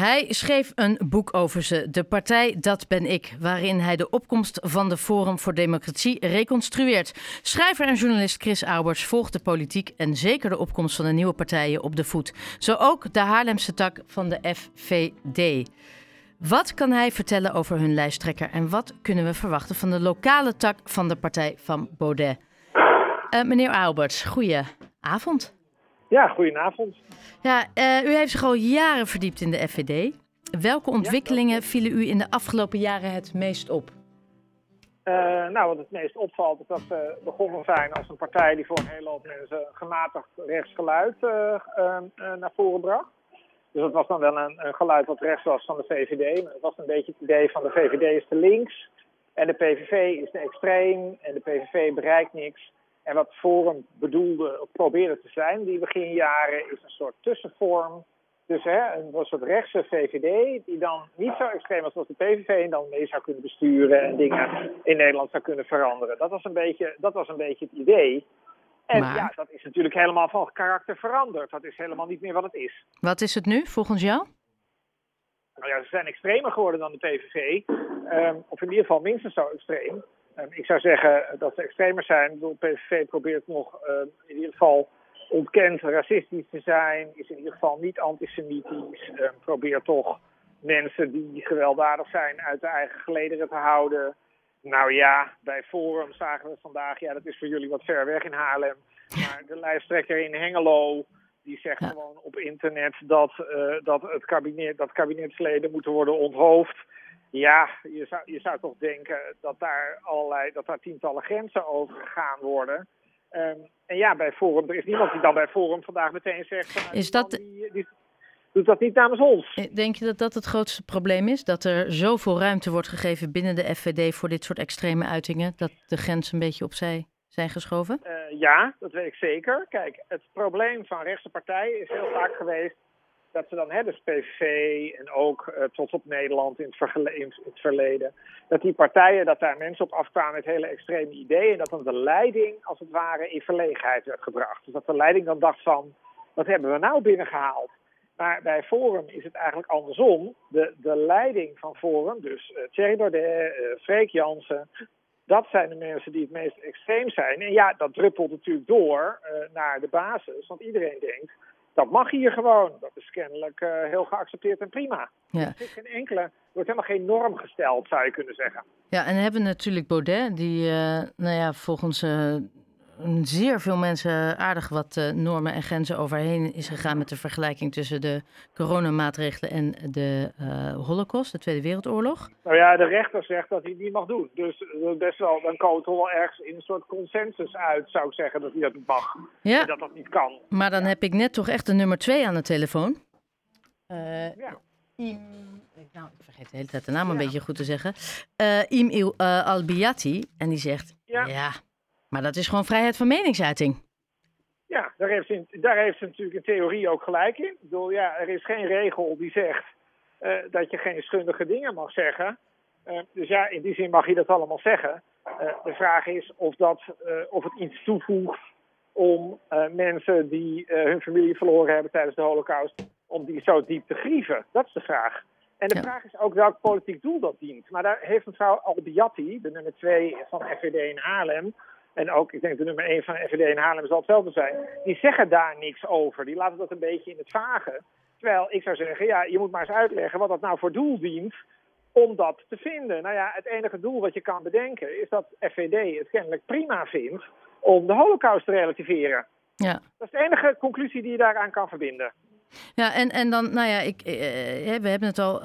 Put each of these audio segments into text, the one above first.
Hij schreef een boek over ze, De Partij Dat Ben Ik, waarin hij de opkomst van de Forum voor Democratie reconstrueert. Schrijver en journalist Chris Alberts volgt de politiek en zeker de opkomst van de nieuwe partijen op de voet. Zo ook de Haarlemse tak van de FVD. Wat kan hij vertellen over hun lijsttrekker en wat kunnen we verwachten van de lokale tak van de partij van Baudet? Meneer Alberts, goeie avond. Ja, goedenavond. Ja, u heeft zich al jaren verdiept in de FVD. Welke ontwikkelingen vielen u in de afgelopen jaren het meest op? Wat het meest opvalt is dat we begonnen zijn als een partij die voor een hele hoop mensen een gematigd rechtsgeluid naar voren bracht. Dus dat was dan wel een geluid wat rechts was van de VVD. Maar het was een beetje het idee van de VVD is te links en de PVV is te extreem en de PVV bereikt niks. En wat Forum bedoelde, of probeerde te zijn, die beginjaren, is een soort tussenvorm. Dus een soort rechtse VVD, die dan niet zo extreem was als de PVV en dan mee zou kunnen besturen en dingen in Nederland zou kunnen veranderen. Dat was een beetje het idee. En ja, dat is natuurlijk helemaal van karakter veranderd. Dat is helemaal niet meer wat het is. Wat is het nu, volgens jou? Nou ja, ze zijn extremer geworden dan de PVV. Of in ieder geval minstens zo extreem. Ik zou zeggen dat ze extremer zijn. De PVV probeert nog in ieder geval ontkend racistisch te zijn. Is in ieder geval niet antisemitisch. Probeert toch mensen die gewelddadig zijn uit de eigen gelederen te houden. Nou ja, bij Forum zagen we vandaag, ja, dat is voor jullie wat ver weg in Haarlem. Maar de lijsttrekker in Hengelo, die zegt gewoon op internet dat kabinetsleden moeten worden onthoofd. Ja, je zou toch denken dat daar tientallen grenzen overgegaan worden. En ja, bij Forum, er is niemand die dan bij Forum vandaag meteen zegt... Is dat... Die doet dat niet namens ons. Denk je dat dat het grootste probleem is? Dat er zoveel ruimte wordt gegeven binnen de FVD voor dit soort extreme uitingen, dat de grenzen een beetje opzij zijn geschoven? Ja, dat weet ik zeker. Kijk, het probleem van rechtse partijen is heel vaak geweest dat ze dan, dus PVV en ook Trots op Nederland in het verleden, dat die partijen, dat daar mensen op afkwamen met hele extreme ideeën en dat dan de leiding als het ware in verlegenheid werd gebracht. Dus dat de leiding dan dacht van, wat hebben we nou binnengehaald? Maar bij Forum is het eigenlijk andersom. De leiding van Forum, dus Thierry Baudet, Freek Jansen, dat zijn de mensen die het meest extreem zijn. En ja, dat druppelt natuurlijk door naar de basis. Want iedereen denkt, dat mag hier gewoon. Dat is kennelijk heel geaccepteerd en prima. Ja. Er wordt helemaal geen norm gesteld, zou je kunnen zeggen. Ja, en hebben natuurlijk Baudet, die volgens zeer veel mensen aardig wat normen en grenzen overheen is gegaan met de vergelijking tussen de coronamaatregelen en de Holocaust, de Tweede Wereldoorlog. Nou ja, de rechter zegt dat hij het niet mag doen. Dus best wel, dan komen we toch wel ergens in een soort consensus uit, zou ik zeggen, dat hij dat niet mag. Ja. En dat dat niet kan. Maar dan heb ik net toch echt de nummer 2 aan de telefoon. Ik vergeet de hele tijd de naam een beetje goed te zeggen. Im Albiati. En die zegt, ja, maar dat is gewoon vrijheid van meningsuiting. Ja, daar heeft ze natuurlijk in theorie ook gelijk in. Ik bedoel, ja, er is geen regel die zegt dat je geen schundige dingen mag zeggen. Dus ja, in die zin mag je dat allemaal zeggen. De vraag is of het iets toevoegt om mensen die hun familie verloren hebben tijdens de Holocaust, om die zo diep te grieven. Dat is de vraag. En de vraag is ook welk politiek doel dat dient. Maar daar heeft mevrouw Albiati, de nummer 2 van FVD in Haarlem, en ook, ik denk de nummer 1 van FVD in Haarlem zal hetzelfde zijn, die zeggen daar niks over. Die laten dat een beetje in het vage. Terwijl ik zou zeggen, ja, je moet maar eens uitleggen wat dat nou voor doel dient om dat te vinden. Nou ja, het enige doel wat je kan bedenken is dat FVD het kennelijk prima vindt om de Holocaust te relativeren. Ja. Dat is de enige conclusie die je daaraan kan verbinden. Ja, en dan, nou ja, we hebben het al,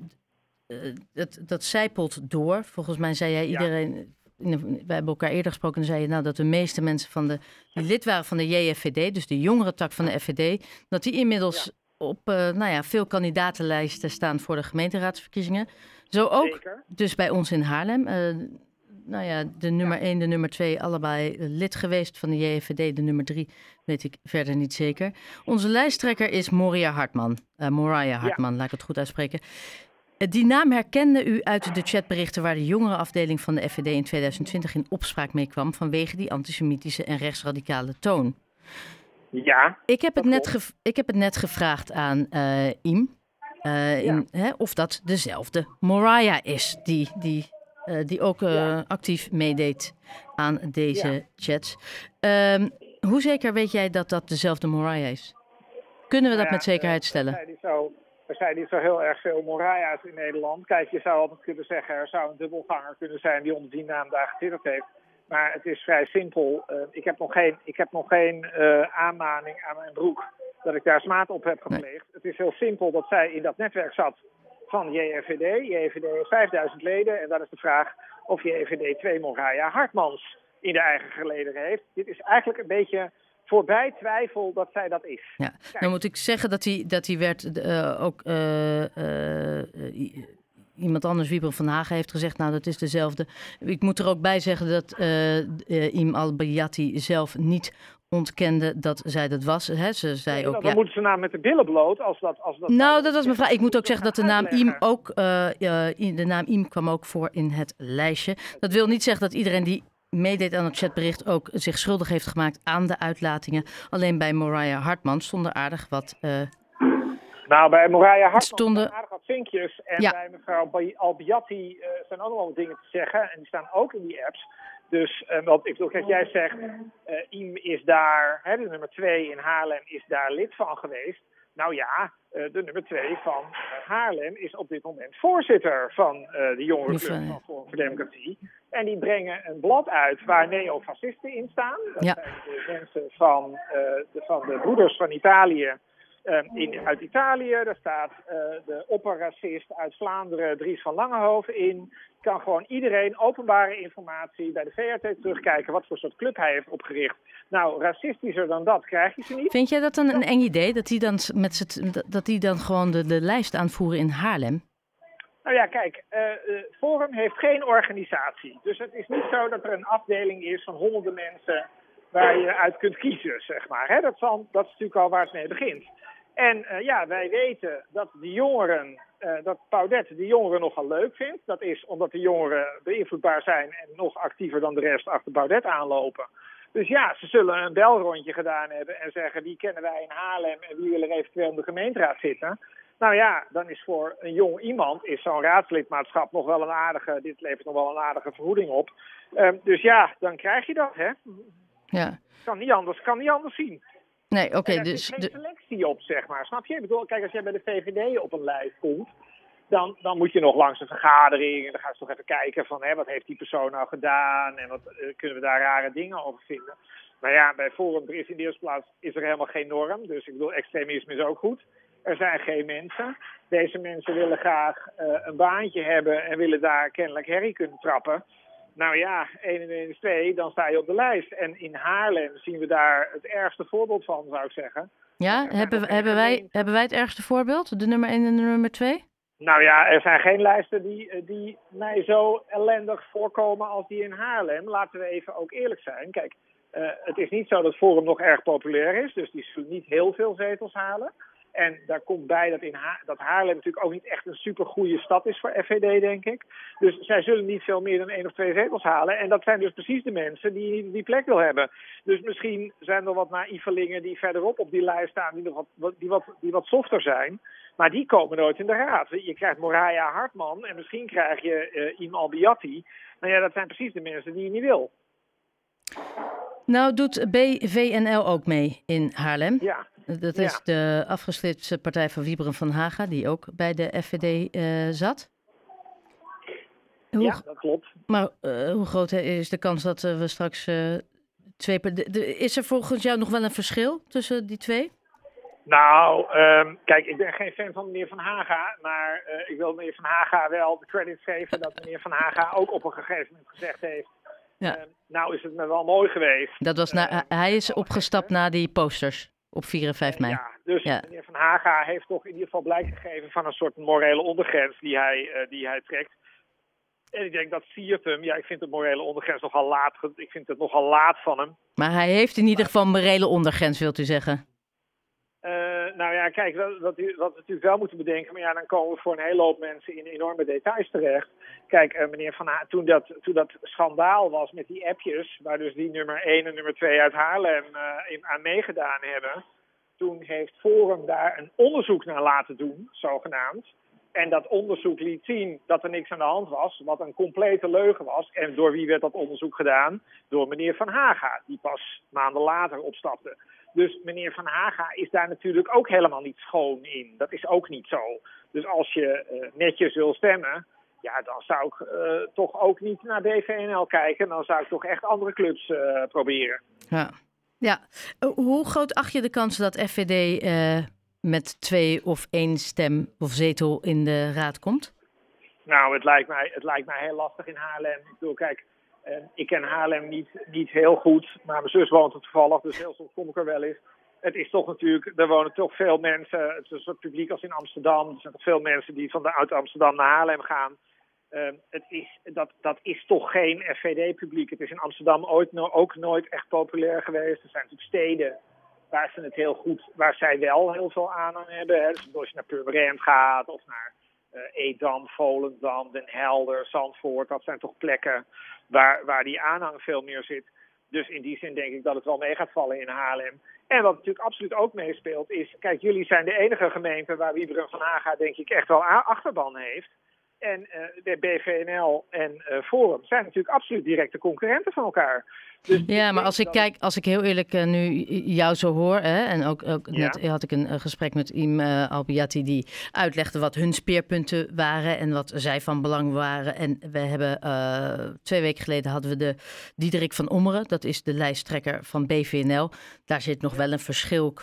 dat zijpelt door. Volgens mij zei jij iedereen, wij hebben elkaar eerder gesproken en zei je nou dat de meeste mensen die lid waren van de JFVD, dus de jongere tak van de FVD, dat die inmiddels op veel kandidatenlijsten staan voor de gemeenteraadsverkiezingen. Zo ook Zeker. Dus bij ons in Haarlem. De nummer 1, de nummer 2, allebei lid geweest van de JFVD. De nummer 3 weet ik verder niet zeker. Onze lijsttrekker is Moriah Hartman, laat ik het goed uitspreken. Die naam herkende u uit de chatberichten waar de jongere afdeling van de FVD in 2020 in opspraak mee kwam vanwege die antisemitische en rechtsradicale toon. Ja. Ik heb het net gevraagd aan Im. Of dat dezelfde Mariah is die ook actief meedeed aan deze chats. Hoe zeker weet jij dat dat dezelfde Mariah is? Kunnen we dat met zekerheid stellen? Er zijn niet zo heel erg veel Mariah's in Nederland. Kijk, je zou altijd kunnen zeggen, er zou een dubbelganger kunnen zijn die onder die naam daar getwitterd heeft. Maar het is vrij simpel. Ik heb nog geen aanmaning aan mijn broek dat ik daar smaad op heb gepleegd. Nee. Het is heel simpel dat zij in dat netwerk zat van JFVD. JFVD heeft 5000 leden en dan is de vraag of JFVD 2 Mariah Hartmans in de eigen gelederen heeft. Dit is eigenlijk een beetje voorbij twijfel dat zij dat is. Ja, dan moet ik zeggen dat hij werd iemand anders, Wiebren van Hagen, heeft gezegd, nou, dat is dezelfde. Ik moet er ook bij zeggen dat Im Al-Bayati zelf niet ontkende dat zij dat was. Hè? Ze zei ook, dan moeten ze nou met de billen bloot als dat. Nou, dat was mijn vraag. Ik moet ook zeggen dat de naam Im ook, de naam Im kwam ook voor in het lijstje. Dat wil niet zeggen dat iedereen die meedeed aan het chatbericht ook zich schuldig heeft gemaakt aan de uitlatingen. Alleen bij Mariah Hartman stonden aardig wat... Nou, bij Mariah Hartman stonden aardig wat vinkjes. En bij mevrouw Al-Bayati zijn ook nog wel wat dingen te zeggen. En die staan ook in die apps. Dus wat ik bedoel, kijk, jij zegt, Im is daar, de nummer 2 in Haarlem is daar lid van geweest. Nou ja, de nummer 2 van Haarlem is op dit moment voorzitter van de Jongerenclub van Forum voor Democratie. En die brengen een blad uit waar neofascisten in staan. Dat zijn de mensen van de Broeders van Italië. Uit Italië, daar staat de opperracist uit Vlaanderen, Dries van Langehoven in. Kan gewoon iedereen openbare informatie bij de VRT terugkijken wat voor soort club hij heeft opgericht. Nou, racistischer dan dat krijg je ze niet. Vind jij dat dan een eng idee, dat die dan gewoon de lijst aanvoeren in Haarlem? Nou ja, kijk, Forum heeft geen organisatie. Dus het is niet zo dat er een afdeling is van honderden mensen waar je uit kunt kiezen, zeg maar. Hè? Dat is natuurlijk al waar het mee begint. En wij weten dat de jongeren, dat Paudet de jongeren nogal leuk vindt. Dat is omdat de jongeren beïnvloedbaar zijn en nog actiever dan de rest achter Paudet aanlopen. Dus ja, ze zullen een belrondje gedaan hebben en zeggen, wie kennen wij in Haarlem en wie wil er eventueel in de gemeenteraad zitten. Nou ja, dan is voor een jong iemand is zo'n raadslidmaatschap nog wel dit levert nog wel een aardige vergoeding op. Dus ja, dan krijg je dat, hè. Ja. Kan niet anders zien. Nee, oké. Er is geen selectie op, zeg maar. Snap je? Ik bedoel, kijk, als jij bij de VVD op een lijst komt, dan moet je nog langs een vergadering en dan gaan ze toch even kijken van, wat heeft die persoon nou gedaan en wat kunnen we daar rare dingen over vinden. Maar ja, bij Forum is in de eerste plaats is er helemaal geen norm. Dus ik bedoel, extremisme is ook goed. Er zijn geen mensen. Deze mensen willen graag een baantje hebben en willen daar kennelijk herrie kunnen trappen. Nou ja, 1 en 1 is 2, dan sta je op de lijst. En in Haarlem zien we daar het ergste voorbeeld van, zou ik zeggen. Ja, hebben wij het ergste voorbeeld? De nummer 1 en de nummer 2? Nou ja, er zijn geen lijsten die mij zo ellendig voorkomen als die in Haarlem. Laten we even ook eerlijk zijn. Kijk, het is niet zo dat Forum nog erg populair is. Dus die zullen niet heel veel zetels halen. En daar komt bij dat Haarlem natuurlijk ook niet echt een supergoeie stad is voor FVD, denk ik. Dus zij zullen niet veel meer dan 1 of 2 zetels halen. En dat zijn dus precies de mensen die die plek wil hebben. Dus misschien zijn er wat naïvelingen die verderop op die lijst staan, die wat softer zijn. Maar die komen nooit in de raad. Je krijgt Mariah Hartman en misschien krijg je Im Al-Bayati. Nou ja, dat zijn precies de mensen die je niet wil. Nou doet BVNL ook mee in Haarlem. Ja. Dat is de afgeslitste partij van Wiebren van Haga, die ook bij de FVD zat. Ja, dat klopt. Maar hoe groot is de kans dat we straks is er volgens jou nog wel een verschil tussen die twee? Nou, kijk, ik ben geen fan van meneer Van Haga, maar ik wil meneer Van Haga wel de credits geven dat meneer Van Haga ook op een gegeven moment gezegd heeft. Ja. Nou is het me wel mooi geweest. Dat was hij is opgestapt na die posters op 4 en 5 mei. Meneer Van Haga heeft toch in ieder geval blijk gegeven van een soort morele ondergrens die hij trekt. En ik denk dat siert hem. Ja, ik vind de morele ondergrens nogal laat. Ik vind het nogal laat van hem. Maar hij heeft in ieder geval een morele ondergrens, wilt u zeggen? Nou ja, kijk, wat we natuurlijk wel moeten bedenken, maar ja, dan komen we voor een hele hoop mensen in enorme details terecht. Kijk, meneer Van Haga, toen dat schandaal was met die appjes, waar dus die nummer 1 en nummer 2 uit Haarlem aan meegedaan hebben, Toen heeft Forum daar een onderzoek naar laten doen, zogenaamd. En dat onderzoek liet zien dat er niks aan de hand was, wat een complete leugen was. En door wie werd dat onderzoek gedaan? Door meneer Van Haga, die pas maanden later opstapte. Dus meneer Van Haga is daar natuurlijk ook helemaal niet schoon in. Dat is ook niet zo. Dus als je netjes wil stemmen, ja, dan zou ik toch ook niet naar BVNL kijken. Dan zou ik toch echt andere clubs proberen. Ja. Hoe groot acht je de kans dat FVD met 2 of 1 stem of zetel in de raad komt? Nou, het lijkt mij heel lastig in Haarlem. Ik bedoel, kijk, ik ken Haarlem niet heel goed, maar mijn zus woont er toevallig, dus heel soms kom ik er wel eens. Het is toch natuurlijk, er wonen toch veel mensen, het is een soort publiek als in Amsterdam. Er zijn toch veel mensen die van de Oud-Amsterdam naar Haarlem gaan. Dat is toch geen FVD-publiek. Het is in Amsterdam ook nooit echt populair geweest. Er zijn natuurlijk steden waar ze het heel goed, waar zij wel heel veel aanhang hebben. Hè. Dus als je naar Purmerend gaat of naar Edam, Volendam, Den Helder, Zandvoort. Dat zijn toch plekken waar die aanhang veel meer zit. Dus in die zin denk ik dat het wel mee gaat vallen in Haarlem. En wat natuurlijk absoluut ook meespeelt is, kijk, jullie zijn de enige gemeente waar Wieberen van Haga denk ik echt wel achterban heeft. En de BVNL en Forum zijn natuurlijk absoluut directe concurrenten van elkaar. Dus ja, maar als ik heel eerlijk nu jou zo hoor, hè, en ook net had ik een gesprek met Im Albiati die uitlegde wat hun speerpunten waren en wat zij van belang waren. En we hebben 2 weken geleden hadden we de Diederik van Ommeren, dat is de lijsttrekker van BVNL. Daar zit nog wel een verschil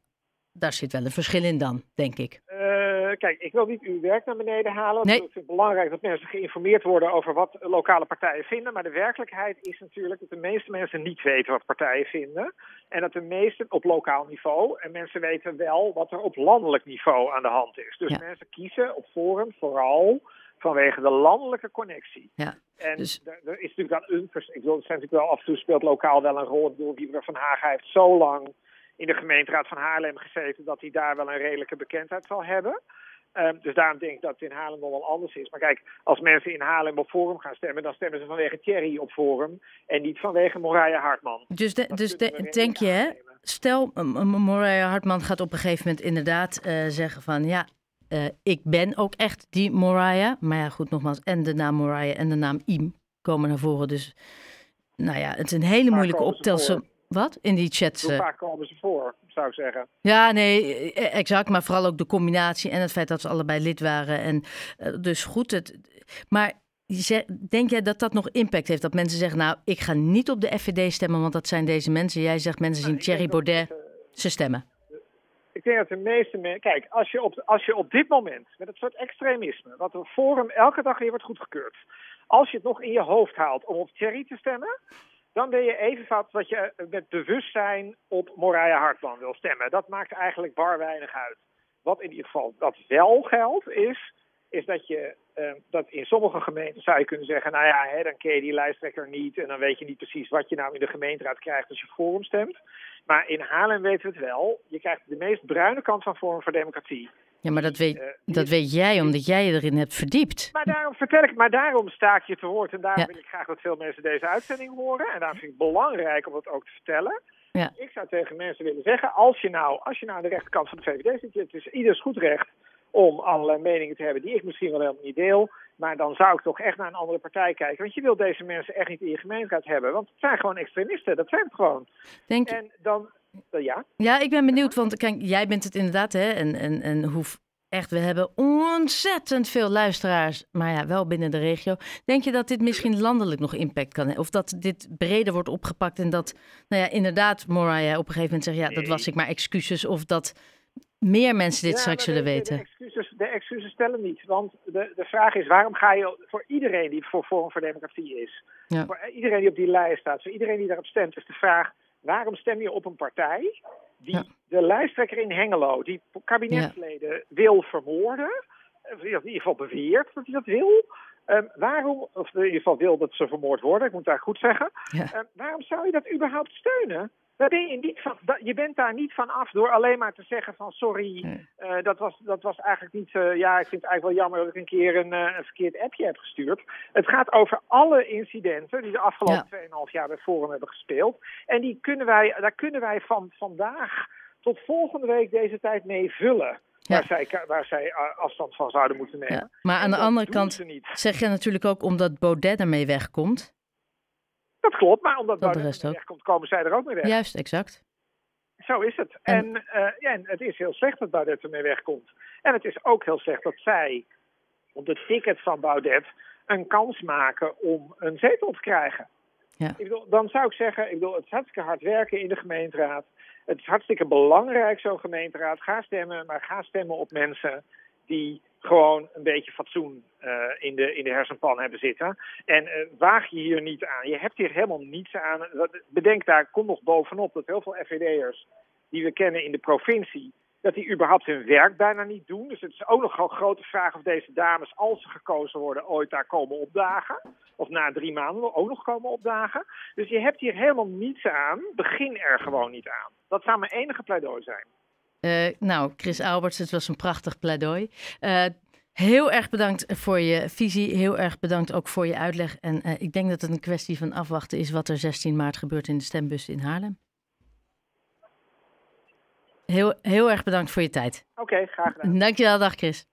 daar zit wel een verschil in dan, denk ik. Kijk, ik wil niet uw werk naar beneden halen. Nee. Ik vind het belangrijk dat mensen geïnformeerd worden over wat lokale partijen vinden. Maar de werkelijkheid is natuurlijk dat de meeste mensen niet weten wat partijen vinden. En dat de meesten op lokaal niveau, en mensen weten wel wat er op landelijk niveau aan de hand is. Dus mensen kiezen op Forum vooral vanwege de landelijke connectie. Ja. En er is natuurlijk wel het zijn natuurlijk wel af en toe speelt lokaal wel een rol. Ik bedoel, Wieberen van Haga heeft zo lang in de gemeenteraad van Haarlem gezeten dat hij daar wel een redelijke bekendheid zal hebben. Dus daarom denk ik dat het in Haarlem nog wel anders is. Maar kijk, als mensen in Haarlem op Forum gaan stemmen, dan stemmen ze vanwege Thierry op Forum en niet vanwege Moraya Hartman. Dus denk je, hè? Stel, Moraya Hartman gaat op een gegeven moment inderdaad zeggen van ja, ik ben ook echt die Moraya. Maar ja, goed, nogmaals, en de naam Moraya en de naam Im komen naar voren. Dus nou ja, het is een hele moeilijke optelsom. Wat? In die chats. Hoe vaak komen ze voor, zou ik zeggen. Ja, nee, exact. Maar vooral ook de combinatie en het feit dat ze allebei lid waren. En dus goed. Maar denk jij dat dat nog impact heeft? Dat mensen zeggen, nou, ik ga niet op de FVD stemmen, want dat zijn deze mensen. Jij zegt, mensen zien Thierry Baudet, ze stemmen. Ik denk dat de meeste mensen... Kijk, als je op dit moment, met het soort extremisme, wat een Forum elke dag weer wordt goedgekeurd, als je het nog in je hoofd haalt om op Thierry te stemmen, dan ben je even fout dat je met bewustzijn op Moraya Hartman wil stemmen. Dat maakt eigenlijk bar weinig uit. Wat in ieder geval dat wel geldt, is dat je dat in sommige gemeenten zou je kunnen zeggen, nou ja, dan ken je die lijsttrekker niet en dan weet je niet precies wat je nou in de gemeenteraad krijgt als je Forum stemt. Maar in Haarlem weten we het wel. Je krijgt de meest bruine kant van Forum voor Democratie. Ja, maar dat weet jij omdat jij je erin hebt verdiept. Maar daarom sta ik je te woord. En daarom wil ik graag dat veel mensen deze uitzending horen. En daarom vind ik het belangrijk om het ook te vertellen. Ja. Ik zou tegen mensen willen zeggen, als je nou aan de rechterkant van de VVD zit, het is ieders goed recht om allerlei meningen te hebben die ik misschien wel helemaal niet deel. Maar dan zou ik toch echt naar een andere partij kijken. Want je wilt deze mensen echt niet in je gemeenteraad hebben. Want het zijn gewoon extremisten. Dat zijn het gewoon. En dan... Ja, ik ben benieuwd, want kijk, jij bent het inderdaad, hè? En hoe echt, we hebben ontzettend veel luisteraars, maar ja, wel binnen de regio. Denk je dat dit misschien landelijk nog impact kan hebben? Of dat dit breder wordt opgepakt en dat, nou ja, inderdaad, Moraya op een gegeven moment zegt, ja, dat was ik maar excuses, of dat meer mensen dit straks zullen weten? De excuses stellen niet, want de vraag is, waarom ga je voor iedereen die voor Forum voor Democratie is, voor iedereen die op die lijst staat, voor iedereen die daarop stemt, is de vraag, waarom stem je op een partij die de lijsttrekker in Hengelo, die kabinetsleden wil vermoorden, of in ieder geval beweert dat hij dat wil, of in ieder geval wil dat ze vermoord worden, ik moet daar goed zeggen, waarom zou je dat überhaupt steunen? Je bent daar niet van af door alleen maar te zeggen van sorry, dat was eigenlijk niet, ik vind het eigenlijk wel jammer dat ik een keer een verkeerd appje heb gestuurd. Het gaat over alle incidenten die de afgelopen 2,5 jaar bij Forum hebben gespeeld. En daar kunnen wij van vandaag tot volgende week deze tijd mee vullen. Ja. Waar zij afstand van zouden moeten nemen. Ja. Maar aan de andere kant zeg je natuurlijk ook omdat Baudet ermee wegkomt. Dat klopt, maar omdat Dat Baudet ermee wegkomt, komen zij er ook mee weg. Juist, exact. Zo is het. En het is heel slecht dat Baudet ermee wegkomt. En het is ook heel slecht dat zij op de ticket van Baudet een kans maken om een zetel te krijgen. Ja. Ik bedoel, dan zou ik zeggen, het is hartstikke hard werken in de gemeenteraad. Het is hartstikke belangrijk, zo'n gemeenteraad. Ga stemmen, maar ga stemmen op mensen die gewoon een beetje fatsoen in de hersenpan hebben zitten. En waag je hier niet aan. Je hebt hier helemaal niets aan. Bedenk daar, kom nog bovenop dat heel veel FVD'ers die we kennen in de provincie, dat die überhaupt hun werk bijna niet doen. Dus het is ook nog een grote vraag of deze dames, als ze gekozen worden, ooit daar komen opdagen. Of na 3 maanden ook nog komen opdagen. Dus je hebt hier helemaal niets aan. Begin er gewoon niet aan. Dat zou mijn enige pleidooi zijn. Chris Alberts, het was een prachtig pleidooi. Heel erg bedankt voor je visie. Heel erg bedankt ook voor je uitleg. En ik denk dat het een kwestie van afwachten is wat er 16 maart gebeurt in de stembus in Haarlem. Heel erg bedankt voor je tijd. Oké, graag gedaan. Dankjewel, dag Chris.